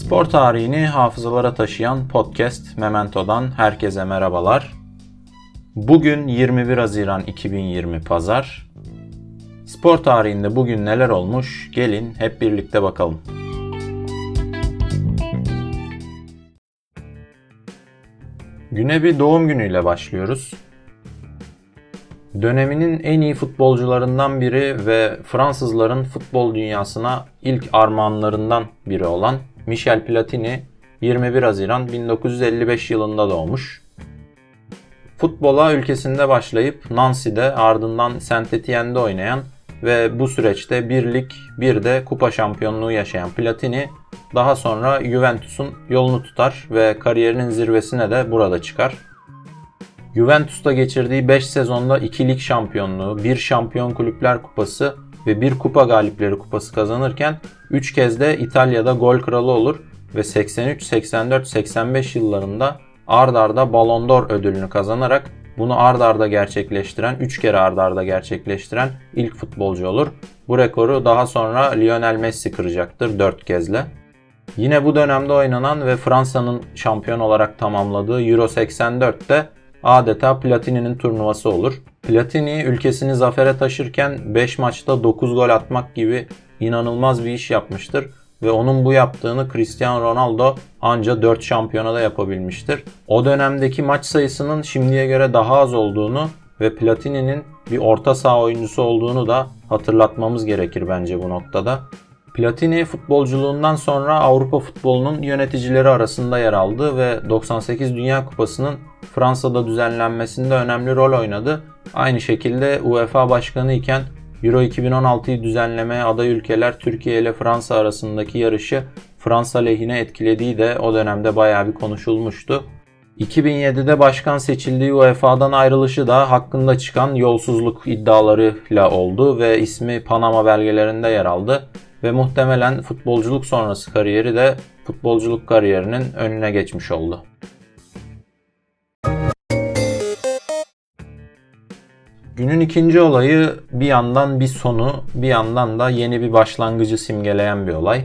Spor tarihini hafızalara taşıyan podcast Memento'dan herkese merhabalar. Bugün 21 Haziran 2020 Pazar. Spor tarihinde bugün neler olmuş? Gelin hep birlikte bakalım. Güne bir doğum günüyle başlıyoruz. Döneminin en iyi futbolcularından biri ve Fransızların futbol dünyasına ilk armağanlarından biri olan Michel Platini 21 Haziran 1955 yılında doğmuş. Futbola ülkesinde başlayıp Nancy'de ardından Saint-Étienne'de oynayan ve bu süreçte bir lig bir de kupa şampiyonluğu yaşayan Platini daha sonra Juventus'un yolunu tutar ve kariyerinin zirvesine de burada çıkar. Juventus'ta geçirdiği 5 sezonda 2 lig şampiyonluğu, 1 Şampiyon Kulüpler Kupası ve 1 Kupa Galipleri Kupası kazanırken 3 kez de İtalya'da gol kralı olur ve 83, 84, 85 yıllarında ard arda Ballon d'Or ödülünü kazanarak bunu ard arda gerçekleştiren, 3 kere ard arda gerçekleştiren ilk futbolcu olur. Bu rekoru daha sonra Lionel Messi kıracaktır 4 kezle. Yine bu dönemde oynanan ve Fransa'nın şampiyon olarak tamamladığı Euro 84'te adeta Platini'nin turnuvası olur. Platini ülkesini zafere taşırken 5 maçta 9 gol atmak gibi inanılmaz bir iş yapmıştır ve onun bu yaptığını Cristiano Ronaldo anca 4 şampiyonada yapabilmiştir. O dönemdeki maç sayısının şimdiye göre daha az olduğunu ve Platini'nin bir orta saha oyuncusu olduğunu da hatırlatmamız gerekir bence bu noktada. Platini futbolculuğundan sonra Avrupa futbolunun yöneticileri arasında yer aldı ve 98 Dünya Kupası'nın Fransa'da düzenlenmesinde önemli rol oynadı. Aynı şekilde UEFA Başkanı iken Euro 2016'yı düzenlemeye aday ülkeler Türkiye ile Fransa arasındaki yarışı Fransa lehine etkilediği de o dönemde bayağı bir konuşulmuştu. 2007'de başkan seçildiği UEFA'dan ayrılışı da hakkında çıkan yolsuzluk iddialarıyla oldu ve ismi Panama belgelerinde yer aldı. Ve muhtemelen futbolculuk sonrası kariyeri de futbolculuk kariyerinin önüne geçmiş oldu. Günün ikinci olayı bir yandan bir sonu, bir yandan da yeni bir başlangıcı simgeleyen bir olay.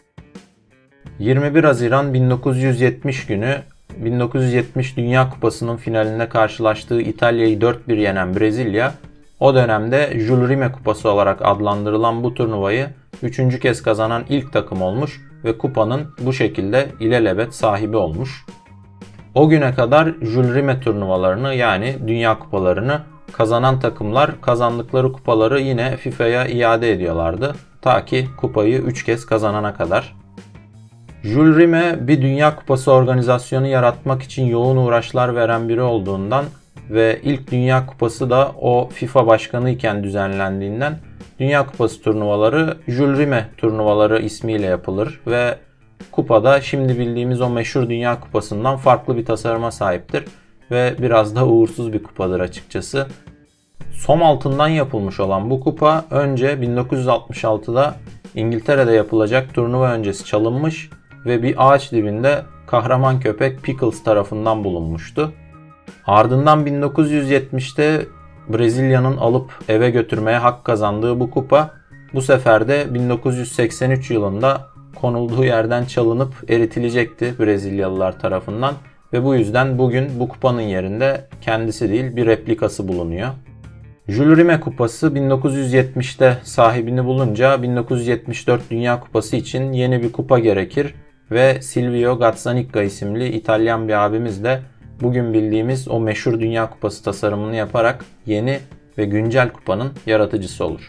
21 Haziran 1970 günü 1970 Dünya Kupası'nın finalinde karşılaştığı İtalya'yı 4-1 yenen Brezilya, o dönemde Jules Rimet Kupası olarak adlandırılan bu turnuvayı 3. kez kazanan ilk takım olmuş ve kupanın bu şekilde ilelebet sahibi olmuş. O güne kadar Jules Rimet turnuvalarını yani Dünya Kupalarını kazanan takımlar kazandıkları kupaları yine FIFA'ya iade ediyorlardı. Ta ki kupayı 3 kez kazanana kadar. Jules Rimet bir Dünya Kupası organizasyonu yaratmak için yoğun uğraşlar veren biri olduğundan ve ilk Dünya Kupası da o FIFA başkanı iken düzenlendiğinden Dünya Kupası turnuvaları Jules Rimet turnuvaları ismiyle yapılır ve kupada şimdi bildiğimiz o meşhur Dünya Kupası'ndan farklı bir tasarıma sahiptir ve biraz da uğursuz bir kupadır açıkçası. Som altından yapılmış olan bu kupa önce 1966'da İngiltere'de yapılacak turnuva öncesi çalınmış ve bir ağaç dibinde kahraman köpek Pickles tarafından bulunmuştu. Ardından 1970'te Brezilya'nın alıp eve götürmeye hak kazandığı bu kupa bu sefer de 1983 yılında konulduğu yerden çalınıp eritilecekti Brezilyalılar tarafından ve bu yüzden bugün bu kupanın yerinde kendisi değil bir replikası bulunuyor. Jules Rimet Kupası 1970'te sahibini bulunca 1974 Dünya Kupası için yeni bir kupa gerekir ve Silvio Gazzaniga isimli İtalyan bir abimiz de bugün bildiğimiz o meşhur Dünya Kupası tasarımını yaparak yeni ve güncel kupanın yaratıcısı olur.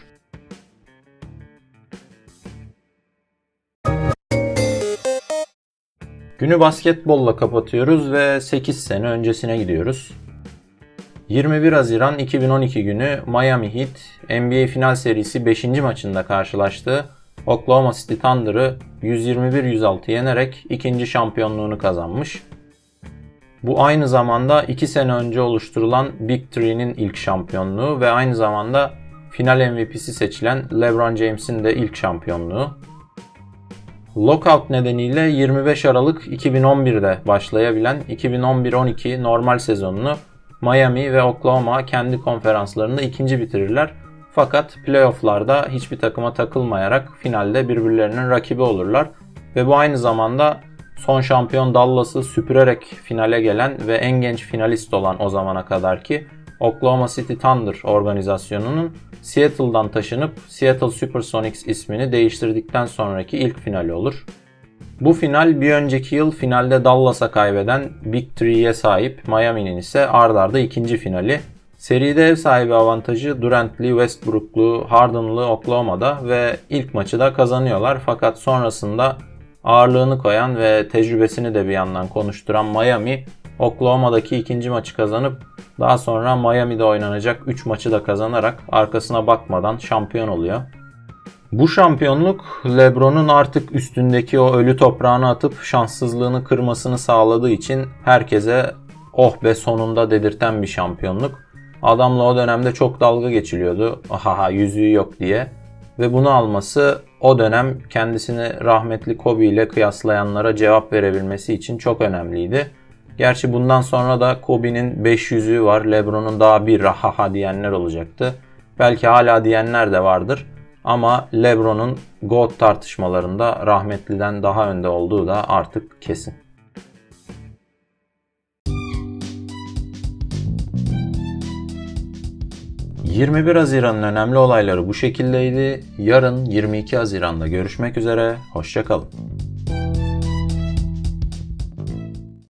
Günü basketbolla kapatıyoruz ve 8 sene öncesine gidiyoruz. 21 Haziran 2012 günü Miami Heat NBA final serisi 5. maçında karşılaştığı Oklahoma City Thunder'ı 121-106 yenerek ikinci şampiyonluğunu kazanmış. Bu aynı zamanda 2 sene önce oluşturulan Big Three'nin ilk şampiyonluğu ve aynı zamanda final MVP'si seçilen LeBron James'in de ilk şampiyonluğu. Lockout nedeniyle 25 Aralık 2011'de başlayabilen 2011-12 normal sezonunu Miami ve Oklahoma kendi konferanslarında ikinci bitirirler. Fakat playoff'larda hiçbir takıma takılmayarak finalde birbirlerinin rakibi olurlar ve bu aynı zamanda son şampiyon Dallas'ı süpürerek finale gelen ve en genç finalist olan o zamana kadarki Oklahoma City Thunder organizasyonunun Seattle'dan taşınıp Seattle Supersonics ismini değiştirdikten sonraki ilk finali olur. Bu final bir önceki yıl finalde Dallas'a kaybeden Big Three'ye sahip Miami'nin ise ard arda ikinci finali. Seride ev sahibi avantajı Durant'li, Westbrook'lu, Harden'lı Oklahoma'da ve ilk maçı da kazanıyorlar. Fakat sonrasında ağırlığını koyan ve tecrübesini de bir yandan konuşturan Miami, Oklahoma'daki ikinci maçı kazanıp daha sonra Miami'de oynanacak 3 maçı da kazanarak arkasına bakmadan şampiyon oluyor. Bu şampiyonluk LeBron'un artık üstündeki o ölü toprağını atıp şanssızlığını kırmasını sağladığı için herkese oh be sonunda dedirten bir şampiyonluk. Adamla o dönemde çok dalga geçiliyordu. Ahaha yüzüğü yok diye. Ve bunu alması o dönem kendisini rahmetli Kobe ile kıyaslayanlara cevap verebilmesi için çok önemliydi. Gerçi bundan sonra da Kobe'nin 5 yüzüğü var, LeBron'un daha bir rahaha diyenler olacaktı. Belki hala diyenler de vardır. Ama LeBron'un GOAT tartışmalarında rahmetliden daha önde olduğu da artık kesin. 21 Haziran'ın önemli olayları bu şekildeydi. Yarın 22 Haziran'da görüşmek üzere. Hoşça kalın.